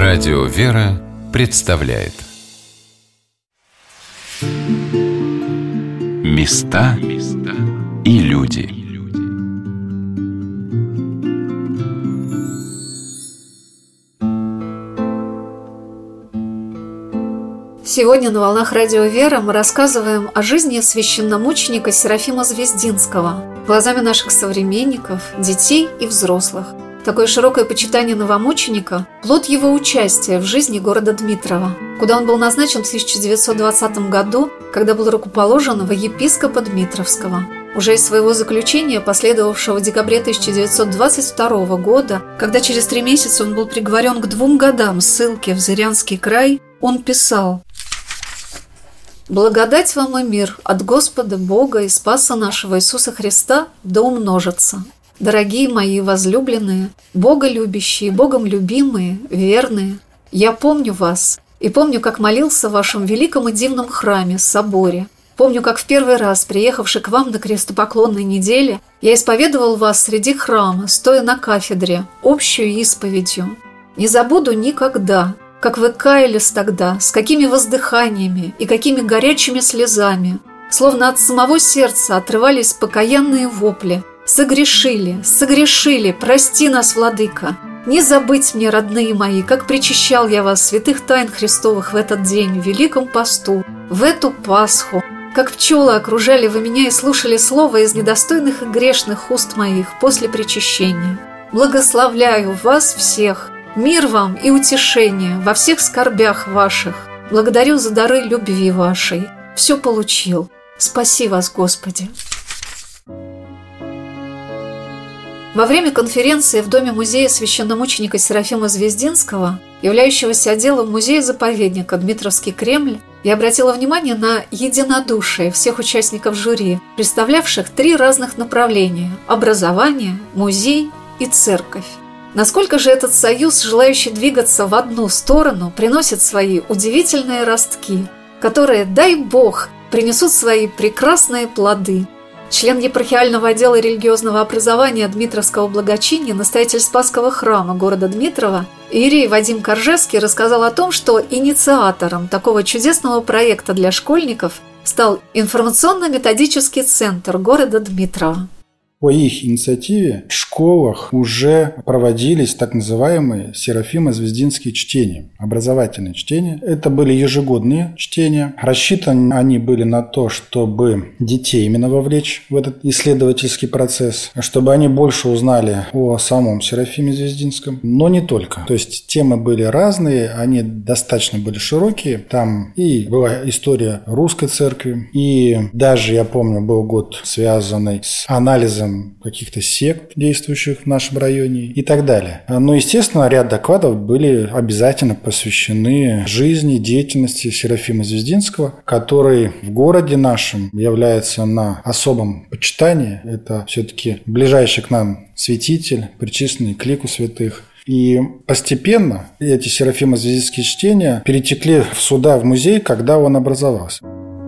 Радио «Вера» представляет Места и люди. Сегодня на волнах Радио «Вера» мы рассказываем о жизни священномученика Серафима Звездинского глазами наших современников, детей и взрослых. Такое широкое почитание новомученика – плод его участия в жизни города Дмитрова, куда он был назначен в 1920 году, когда был рукоположен во епископа Дмитровского. Уже из своего заключения, последовавшего в декабре 1922 года, когда через 3 месяца он был приговорен к 2 годам ссылки в Зырянский край, он писал: «Благодать вам и мир от Господа Бога и Спаса нашего Иисуса Христа да умножится. Дорогие мои возлюбленные, Бога любящие, Богом любимые, верные, я помню вас и помню, как молился в вашем великом и дивном храме, соборе. Помню, как в первый раз, приехавший к вам на крестопоклонной неделе, я исповедовал вас среди храма, стоя на кафедре, общую исповедью. Не забуду никогда, как вы каялись тогда, с какими воздыханиями и какими горячими слезами, словно от самого сердца отрывались покаянные вопли. Согрешили, согрешили, прости нас, Владыка. Не забыть мне, родные мои, как причащал я вас святых тайн Христовых в этот день, в Великом посту, в эту Пасху, как пчелы окружали вы меня и слушали слово из недостойных и грешных уст моих после причащения. Благословляю вас всех, мир вам и утешение во всех скорбях ваших. Благодарю за дары любви вашей. Все получил. Спаси вас, Господи. Во время конференции в Доме-музея священномученика Серафима Звездинского, являющегося отделом музея-заповедника Дмитровский Кремль, я обратила внимание на единодушие всех участников жюри, представлявших 3 разных направления – образование, музей и церковь. Насколько же этот союз, желающий двигаться в одну сторону, приносит свои удивительные ростки, которые, дай Бог, принесут свои прекрасные плоды. Член епархиального отдела религиозного образования Дмитровского благочиния, настоятель Спасского храма города Дмитрова, иерей Вадим Коржевский рассказал о том, что инициатором такого чудесного проекта для школьников стал информационно-методический центр города Дмитрова. По их инициативе в школах уже проводились так называемые Серафимо-Звездинские чтения, образовательные чтения. Это были ежегодные чтения. Рассчитаны они были на то, чтобы детей именно вовлечь в этот исследовательский процесс, чтобы они больше узнали о самом Серафиме Звездинском, но не только. То есть темы были разные, они достаточно были широкие. Там и была история русской церкви, и даже, я помню, был год, связанный с анализом каких-то сект, действующих в нашем районе и так далее. Но, естественно, ряд докладов были обязательно посвящены жизни, деятельности Серафима Звездинского, который в городе нашем является на особом почитании. Это все-таки ближайший к нам святитель, причисленный к лику святых. И постепенно эти Серафимо-Звездинские чтения перетекли сюда, в музей, когда он образовался.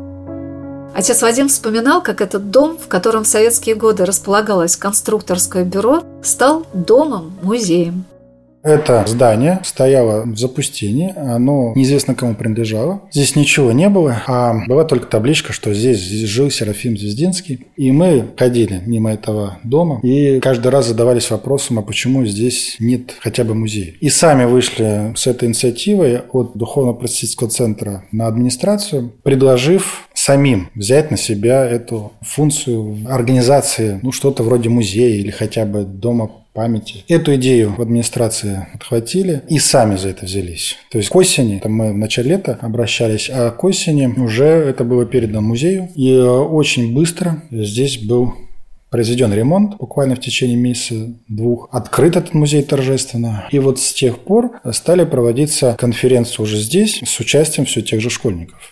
Отец Вадим вспоминал, как этот дом, в котором в советские годы располагалось конструкторское бюро, стал домом-музеем. Это здание стояло в запустении, оно неизвестно кому принадлежало. Здесь ничего не было, а была только табличка, что здесь жил Серафим Звездинский. И мы ходили мимо этого дома и каждый раз задавались вопросом, а почему здесь нет хотя бы музея. И сами вышли с этой инициативой от Духовно-просветительского центра на администрацию, предложив самим взять на себя эту функцию организации, что-то вроде музея или хотя бы дома памяти. Эту идею в администрации отхватили и сами за это взялись. То есть к осени, мы в начале лета обращались, а к осени уже это было передано музею. И очень быстро здесь был произведен ремонт, буквально в течение месяца-двух. Открыт этот музей торжественно. И вот с тех пор стали проводиться конференции уже здесь с участием все тех же школьников.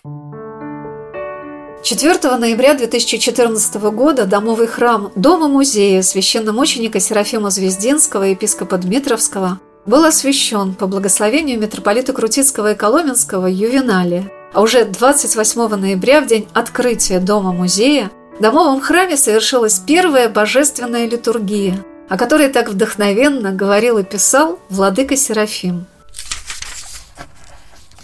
4 ноября 2014 года домовый храм Дома-музея священномученика Серафима Звездинского, епископа Дмитровского, был освящен по благословению митрополита Крутицкого и Коломенского Ювеналия. А уже 28 ноября, в день открытия Дома-музея, в домовом храме совершилась первая божественная литургия, о которой так вдохновенно говорил и писал владыка Серафим.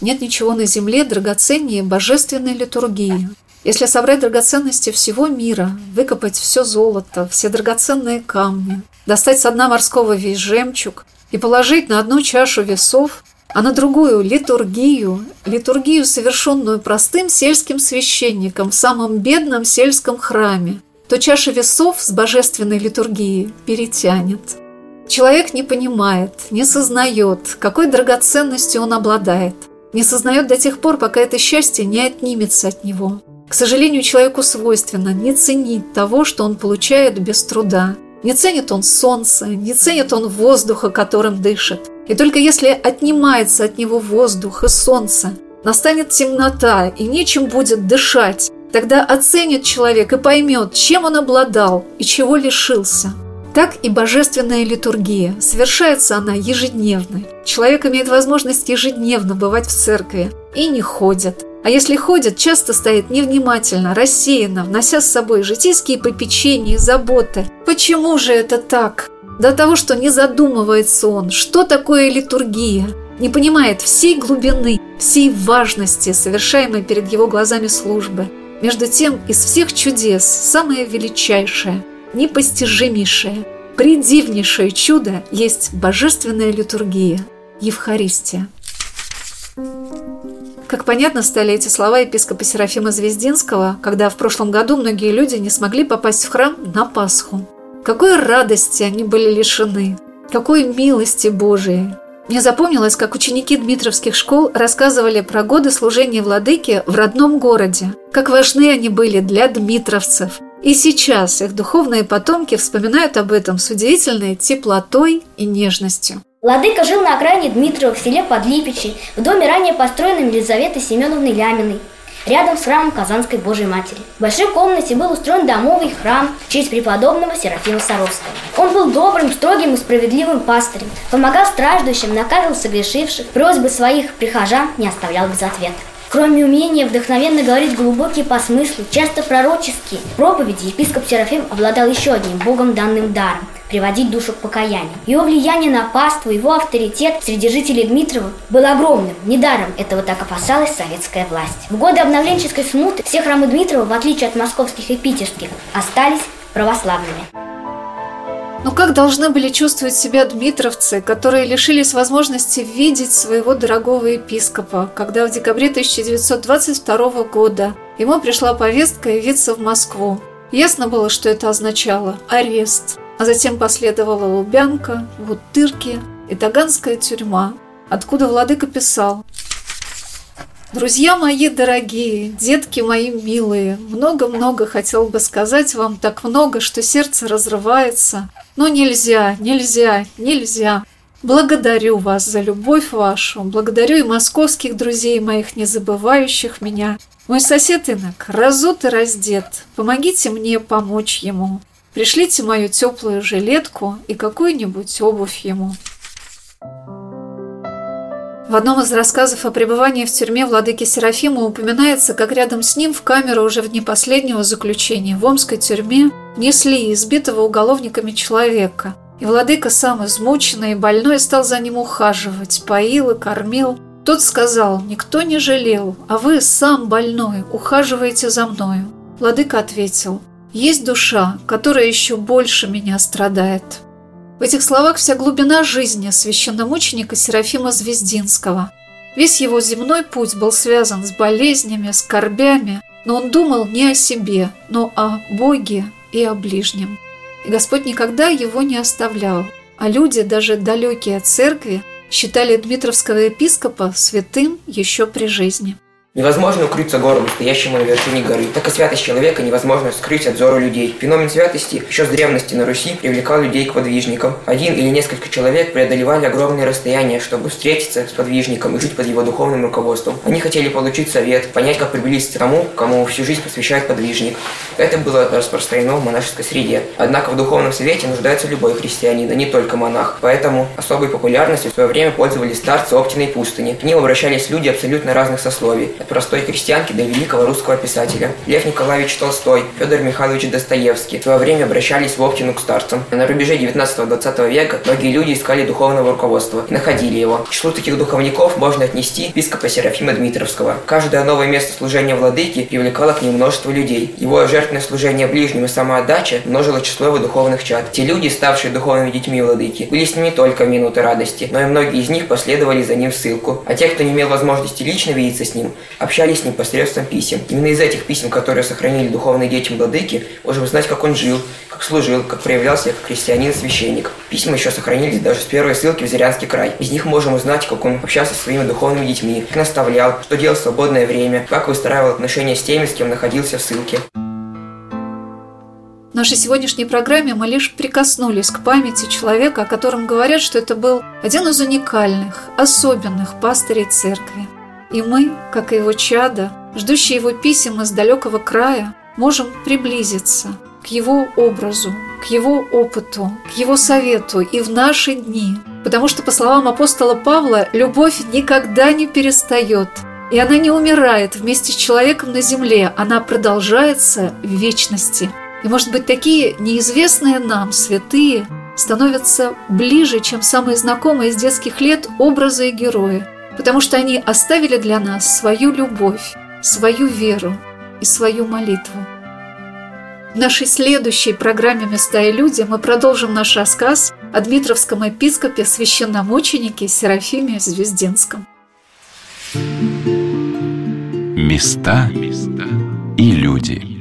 Нет ничего на земле драгоценнее божественной литургии. Если собрать драгоценности всего мира, выкопать все золото, все драгоценные камни, достать со дна морского весь жемчуг и положить на одну чашу весов, а на другую литургию, совершенную простым сельским священником в самом бедном сельском храме, то чаша весов с божественной литургией перетянет. Человек не понимает, не сознает, какой драгоценностью он обладает, не сознает до тех пор, пока это счастье не отнимется от него. К сожалению, человеку свойственно не ценить того, что он получает без труда. Не ценит он солнца, не ценит он воздуха, которым дышит. И только если отнимается от него воздух и солнце, настанет темнота и нечем будет дышать, тогда оценит человек и поймет, чем он обладал и чего лишился. Так и божественная литургия. Совершается она ежедневно. Человек имеет возможность ежедневно бывать в церкви и не ходит. А если ходит, часто стоит невнимательно, рассеянно, внося с собой житейские попечения и заботы. Почему же это так? До того, что не задумывается он, что такое литургия, не понимает всей глубины, всей важности совершаемой перед его глазами службы. Между тем, из всех чудес самое величайшее, непостижимейшее, предивнейшее чудо есть божественная литургия, Евхаристия. Как понятно стали эти слова епископа Серафима Звездинского, когда в прошлом году многие люди не смогли попасть в храм на Пасху. Какой радости они были лишены, какой милости Божией. Мне запомнилось, как ученики дмитровских школ рассказывали про годы служения владыки в родном городе, как важны они были для дмитровцев. И сейчас их духовные потомки вспоминают об этом с удивительной теплотой и нежностью. Владыка жил на окраине Дмитрова в селе Подлипичи, в доме, ранее построенном Елизаветой Семеновной Ляминой, рядом с храмом Казанской Божией Матери. В большой комнате был устроен домовый храм в честь преподобного Серафима Саровского. Он был добрым, строгим и справедливым пастырем, помогал страждущим, наказывал согрешивших, просьбы своих прихожан не оставлял без ответа. Кроме умения вдохновенно говорить глубокие по смыслу, часто пророческие проповеди, епископ Серафим обладал еще одним Богом данным даром – приводить душу к покаянию. Его влияние на паству, его авторитет среди жителей Дмитрова был огромным. Недаром этого так опасалась советская власть. В годы обновленческой смуты все храмы Дмитрова, в отличие от московских и питерских, остались православными. Но как должны были чувствовать себя дмитровцы, которые лишились возможности видеть своего дорогого епископа, когда в декабре 1922 года ему пришла повестка явиться в Москву? Ясно было, что это означало арест, а затем последовала Лубянка, Бутырки и Таганская тюрьма, откуда владыка писал: «Друзья мои дорогие, детки мои милые, много-много хотел бы сказать вам, так много, что сердце разрывается, но нельзя. Благодарю вас за любовь вашу, благодарю и московских друзей моих, не забывающих меня. Мой сосед инок разут и раздет, помогите мне помочь ему. Пришлите мою теплую жилетку и какую-нибудь обувь ему». В одном из рассказов о пребывании в тюрьме владыки Серафима упоминается, как рядом с ним в камеру уже в дни последнего заключения в Омской тюрьме несли избитого уголовниками человека. И владыка, сам измученный и больной, стал за ним ухаживать, поил и кормил. Тот сказал: «Никто не жалел, а вы, сам больной, ухаживаете за мною». Владыка ответил: «Есть душа, которая еще больше меня страдает». В этих словах вся глубина жизни священномученика Серафима Звездинского. Весь его земной путь был связан с болезнями, скорбями, но он думал не о себе, но о Боге и о ближнем. И Господь никогда его не оставлял, а люди, даже далекие от церкви, считали дмитровского епископа святым еще при жизни. Невозможно укрыться гору, стоящему на вершине горы. Так и святость человека невозможно скрыть от взора людей. Феномен святости еще с древности на Руси привлекал людей к подвижникам. Один или несколько человек преодолевали огромные расстояния, чтобы встретиться с подвижником и жить под его духовным руководством. Они хотели получить совет, понять, как приблизиться к тому, кому всю жизнь посвящает подвижник. Это было распространено в монашеской среде. Однако в духовном совете нуждается любой христианин, а не только монах. Поэтому особой популярностью в свое время пользовались старцы Оптиной пустыни. К ним обращались люди абсолютно разных сословий. от простой крестьянки до великого русского писателя. Лев Николаевич Толстой, Федор Михайлович Достоевский в свое время обращались в Оптину к старцам. На рубеже 19-20 века многие люди искали духовного руководства и находили его. К числу таких духовников можно отнести епископа Серафима Дмитровского. Каждое новое место служения владыки привлекало к нему множество людей. Его жертвенное служение ближним и самоотдача множило число его духовных чад. Те люди, ставшие духовными детьми владыки, были с ним не только в минуты радости, но и многие из них последовали за ним в ссылку. А те, кто не имел возможности лично видеться с ним, общались с ним посредством писем. Именно из этих писем, которые сохранили духовные дети владыки, можем узнать, как он жил, как служил, как проявлялся как христианин-священник. Письма еще сохранились даже с первой ссылки в Зырянский край. Из них можем узнать, как он общался со своими духовными детьми, как наставлял, что делал в свободное время, как выстраивал отношения с теми, с кем находился в ссылке. В нашей сегодняшней программе мы лишь прикоснулись к памяти человека, о котором говорят, что это был один из уникальных, особенных пастырей церкви. И мы, как и его чада, ждущие его писем из далекого края, можем приблизиться к его образу, к его опыту, к его совету и в наши дни. Потому что, по словам апостола Павла, любовь никогда не перестает, и она не умирает вместе с человеком на земле, она продолжается в вечности. И, может быть, такие неизвестные нам святые становятся ближе, чем самые знакомые с детских лет образы и герои, потому что они оставили для нас свою любовь, свою веру и свою молитву. В нашей следующей программе «Места и люди» мы продолжим наш рассказ о дмитровском епископе, священномученике Серафиме Звездинском. Места и люди.